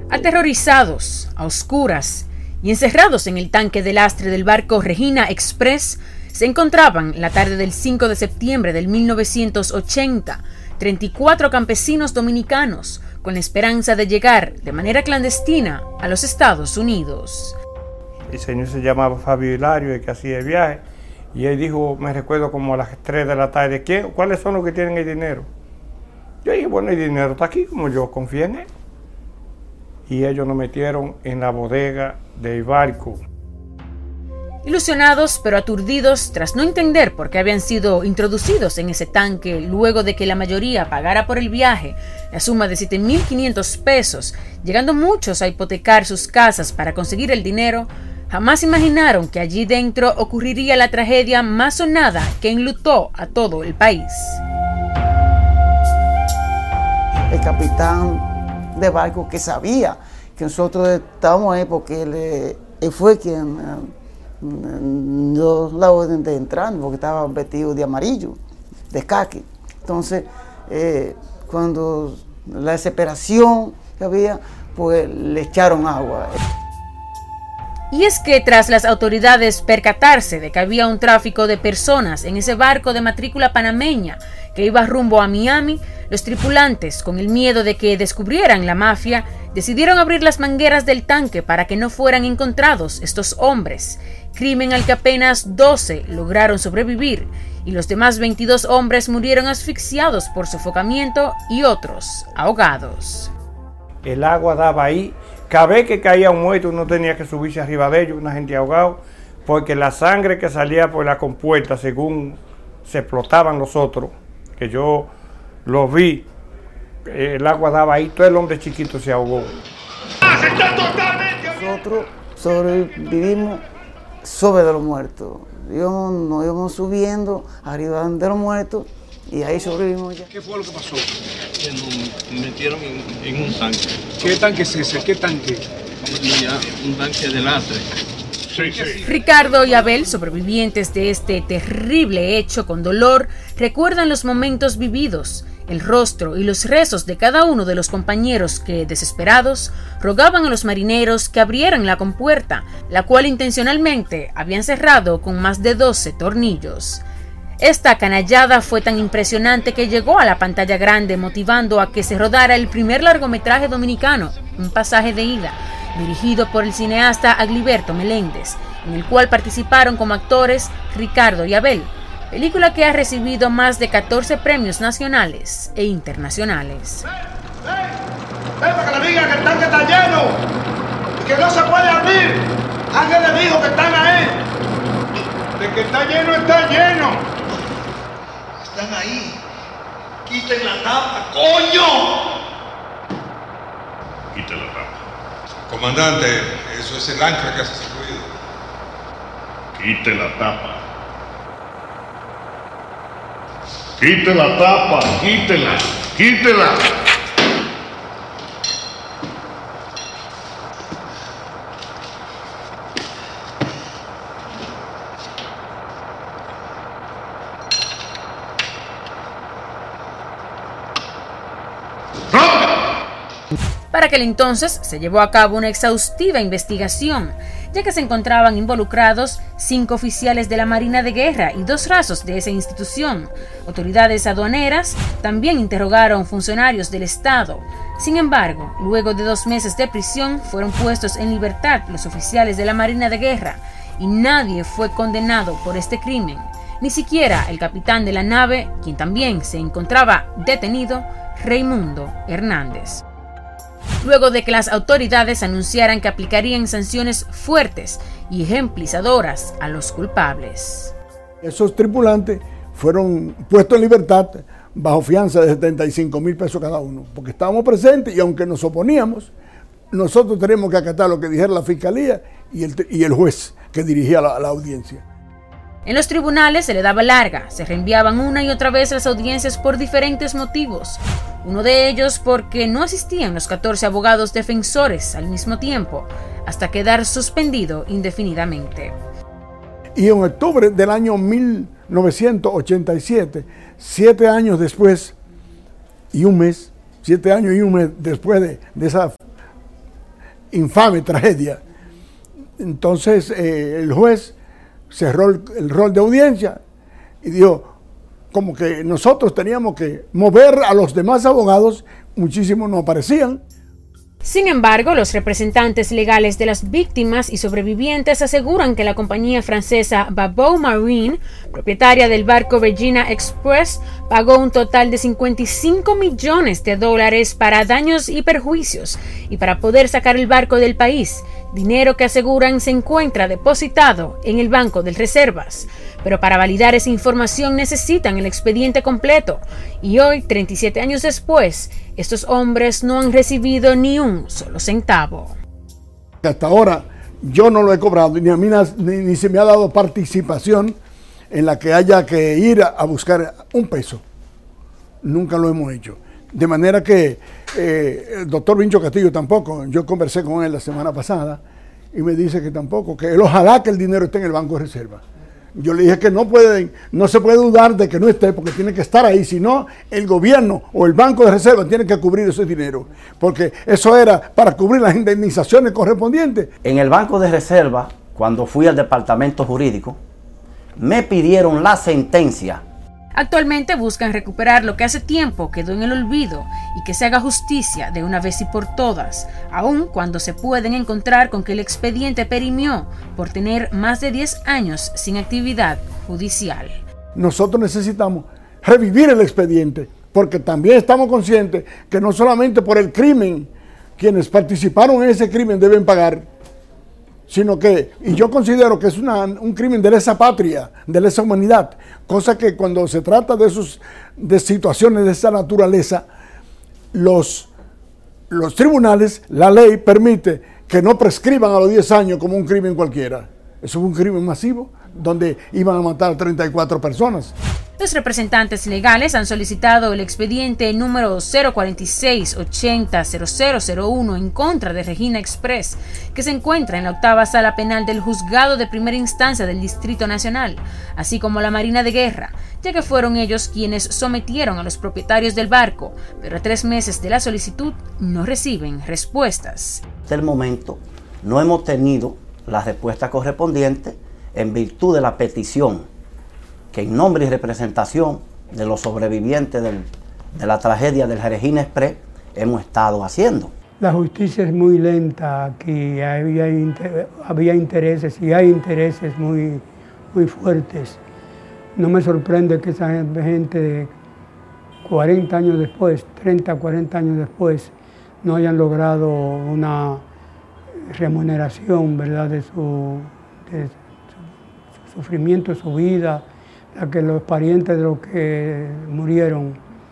Aterrorizados, a oscuras y encerrados en el tanque de lastre del barco Regina Express, se encontraban la tarde del 5 de septiembre del 1980 34 campesinos dominicanos con la esperanza de llegar de manera clandestina a los Estados Unidos. El señor se llamaba Fabio Hilario, el que hacía el viaje, y él dijo, me recuerdo como a las 3 de la tarde, ¿cuáles son los que tienen el dinero? Yo dije, bueno, el dinero está aquí, como yo confío en él. Y ellos nos metieron en la bodega del barco. Ilusionados pero aturdidos tras no entender por qué habían sido introducidos en ese tanque luego de que la mayoría pagara por el viaje la suma de 7.500 pesos, llegando muchos a hipotecar sus casas para conseguir el dinero, jamás imaginaron que allí dentro ocurriría la tragedia más sonada que enlutó a todo el país. El capitán de barco que sabía que nosotros estábamos ahí porque él fue quien dio la orden de entrar porque estaba vestido de amarillo, de caqui. Entonces, cuando la desesperación que había, pues le echaron agua. Y es que tras las autoridades percatarse de que había un tráfico de personas en ese barco de matrícula panameña que iba rumbo a Miami, los tripulantes, con el miedo de que descubrieran la mafia, decidieron abrir las mangueras del tanque para que no fueran encontrados estos hombres, crimen al que apenas 12 lograron sobrevivir y los demás 22 hombres murieron asfixiados por sofocamiento y otros ahogados. El agua daba ahí. Cada vez que caía un muerto uno tenía que subirse arriba de ellos, una gente ahogada, porque la sangre que salía por la compuerta, según se explotaban los otros, que yo los vi, el agua daba ahí, todo el hombre chiquito se ahogó. Nosotros sobrevivimos sobre de los muertos. Nos íbamos subiendo arriba de los muertos y ahí sobrevivimos ya. ¿Qué fue lo que pasó? Que nos metieron en un tanque. ¿Qué tanque es ese? ¿Qué tanque? Un tanque de lastre. Sí, sí. Ricardo y Abel, sobrevivientes de este terrible hecho con dolor, recuerdan los momentos vividos, el rostro y los rezos de cada uno de los compañeros que, desesperados, rogaban a los marineros que abrieran la compuerta, la cual intencionalmente habían cerrado con más de 12 tornillos. Esta canallada fue tan impresionante que llegó a la pantalla grande, motivando a que se rodara el primer largometraje dominicano, Un pasaje de ida, dirigido por el cineasta Agliberto Meléndez, en el cual participaron como actores Ricardo y Abel, película que ha recibido más de 14 premios nacionales e internacionales. ¡Ven para que le digan que el tanque está lleno y que no se puede abrir! Ángel le dijo que están ahí. De que está lleno, está lleno. Están ahí. Quiten la tapa, coño. Quiten la tapa. Comandante, eso es el ancla que hace ese ruido. Quite la tapa. Quite la tapa, quítela, quítela. Para aquel entonces se llevó a cabo una exhaustiva investigación, ya que se encontraban involucrados 5 oficiales de la Marina de Guerra y 2 rasos de esa institución. Autoridades aduaneras también interrogaron funcionarios del Estado. Sin embargo, luego de 2 meses de prisión, fueron puestos en libertad los oficiales de la Marina de Guerra y nadie fue condenado por este crimen, ni siquiera el capitán de la nave, quien también se encontraba detenido, Raimundo Hernández. Luego de que las autoridades anunciaran que aplicarían sanciones fuertes y ejemplizadoras a los culpables. Esos tripulantes fueron puestos en libertad bajo fianza de 75,000 pesos cada uno, porque estábamos presentes y aunque nos oponíamos, nosotros teníamos que acatar lo que dijera la fiscalía y el juez que dirigía la audiencia. En los tribunales se le daba larga, se reenviaban una y otra vez las audiencias por diferentes motivos. Uno de ellos porque no asistían los 14 abogados defensores al mismo tiempo, hasta quedar suspendido indefinidamente. Y en octubre del año 1987, 7 años después y un mes, 7 años y un mes después de esa infame tragedia. Entonces el juez cerró el rol de audiencia y dijo como que nosotros teníamos que mover a los demás abogados, muchísimos no aparecían. Sin embargo, los representantes legales de las víctimas y sobrevivientes aseguran que la compañía francesa Babou Marine, propietaria del barco Regina Express, pagó un total de $55 millones para daños y perjuicios y para poder sacar el barco del país, dinero que aseguran se encuentra depositado en el Banco de Reservas. Pero para validar esa información necesitan el expediente completo y hoy, 37 años después, estos hombres no han recibido ni un solo centavo. Hasta ahora yo no lo he cobrado, ni a mí ni se me ha dado participación en la que haya que ir a buscar un peso. Nunca lo hemos hecho. De manera que el doctor Vincho Castillo tampoco. Yo conversé con él la semana pasada y me dice que tampoco, que él ojalá que el dinero esté en el Banco de Reserva. Yo le dije que no se puede dudar de que no esté, porque tiene que estar ahí, si no, el gobierno o el Banco de Reserva tiene que cubrir ese dinero, porque eso era para cubrir las indemnizaciones correspondientes. En el Banco de Reserva, cuando fui al departamento jurídico, me pidieron la sentencia. Actualmente buscan recuperar lo que hace tiempo quedó en el olvido y que se haga justicia de una vez y por todas, aun cuando se pueden encontrar con que el expediente perimió por tener más de 10 años sin actividad judicial. Nosotros necesitamos revivir el expediente, porque también estamos conscientes que no solamente por el crimen, quienes participaron en ese crimen deben pagar, sino que, y yo considero que es un crimen de lesa patria, de lesa humanidad, cosa que cuando se trata de situaciones de esa naturaleza, los tribunales, la ley permite que no prescriban a los 10 años como un crimen cualquiera. Eso fue un crimen masivo, donde iban a matar a 34 personas. Los representantes legales han solicitado el expediente número 046800001 en contra de Regina Express, que se encuentra en la 8ª Sala Penal del Juzgado de Primera Instancia del Distrito Nacional, así como la Marina de Guerra, ya que fueron ellos quienes sometieron a los propietarios del barco, pero a 3 meses de la solicitud no reciben respuestas. Hasta el momento no hemos tenido la respuesta correspondiente en virtud de la petición que en nombre y representación de los sobrevivientes de la tragedia del Regina Express hemos estado haciendo. La justicia es muy lenta aquí, había intereses y hay intereses muy fuertes. No me sorprende que esa gente 40 años después, 30, 40 años después, no hayan logrado una remuneración, ¿verdad?, de su sufrimiento, de su vida, a que los parientes de los que murieron.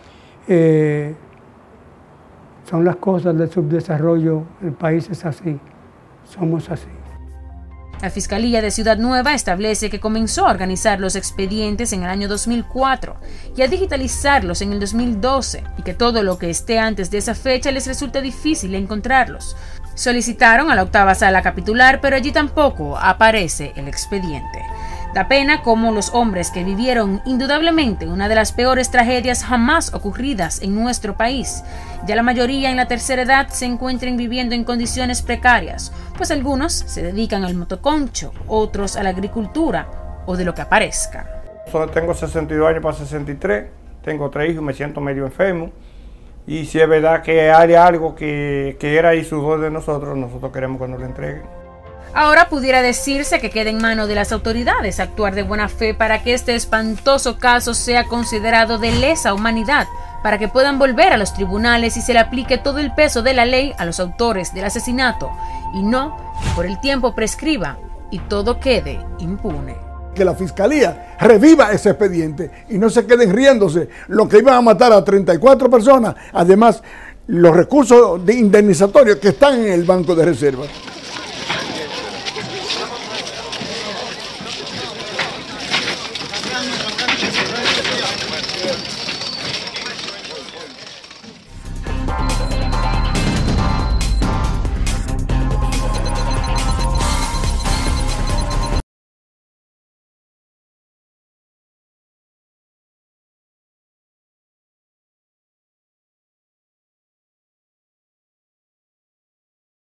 Son las cosas del subdesarrollo, el país es así, somos así. La Fiscalía de Ciudad Nueva establece que comenzó a organizar los expedientes en el año 2004 y a digitalizarlos en el 2012 y que todo lo que esté antes de esa fecha les resulta difícil encontrarlos. Solicitaron a la 8ª Sala Capitular, pero allí tampoco aparece el expediente. Da pena cómo los hombres que vivieron indudablemente una de las peores tragedias jamás ocurridas en nuestro país, ya la mayoría en la tercera edad se encuentren viviendo en condiciones precarias, pues algunos se dedican al motoconcho, otros a la agricultura o de lo que aparezca. Tengo 62 años para 63, tengo 3 hijos, me siento medio enfermo y si es verdad que hay algo que era y sudor de nosotros queremos que nos lo entreguen. Ahora pudiera decirse que queda en manos de las autoridades actuar de buena fe para que este espantoso caso sea considerado de lesa humanidad, para que puedan volver a los tribunales y se le aplique todo el peso de la ley a los autores del asesinato, y no que por el tiempo prescriba y todo quede impune. Que la Fiscalía reviva ese expediente y no se queden riéndose los que iban a matar a 34 personas, además los recursos indemnizatorios que están en el Banco de Reserva.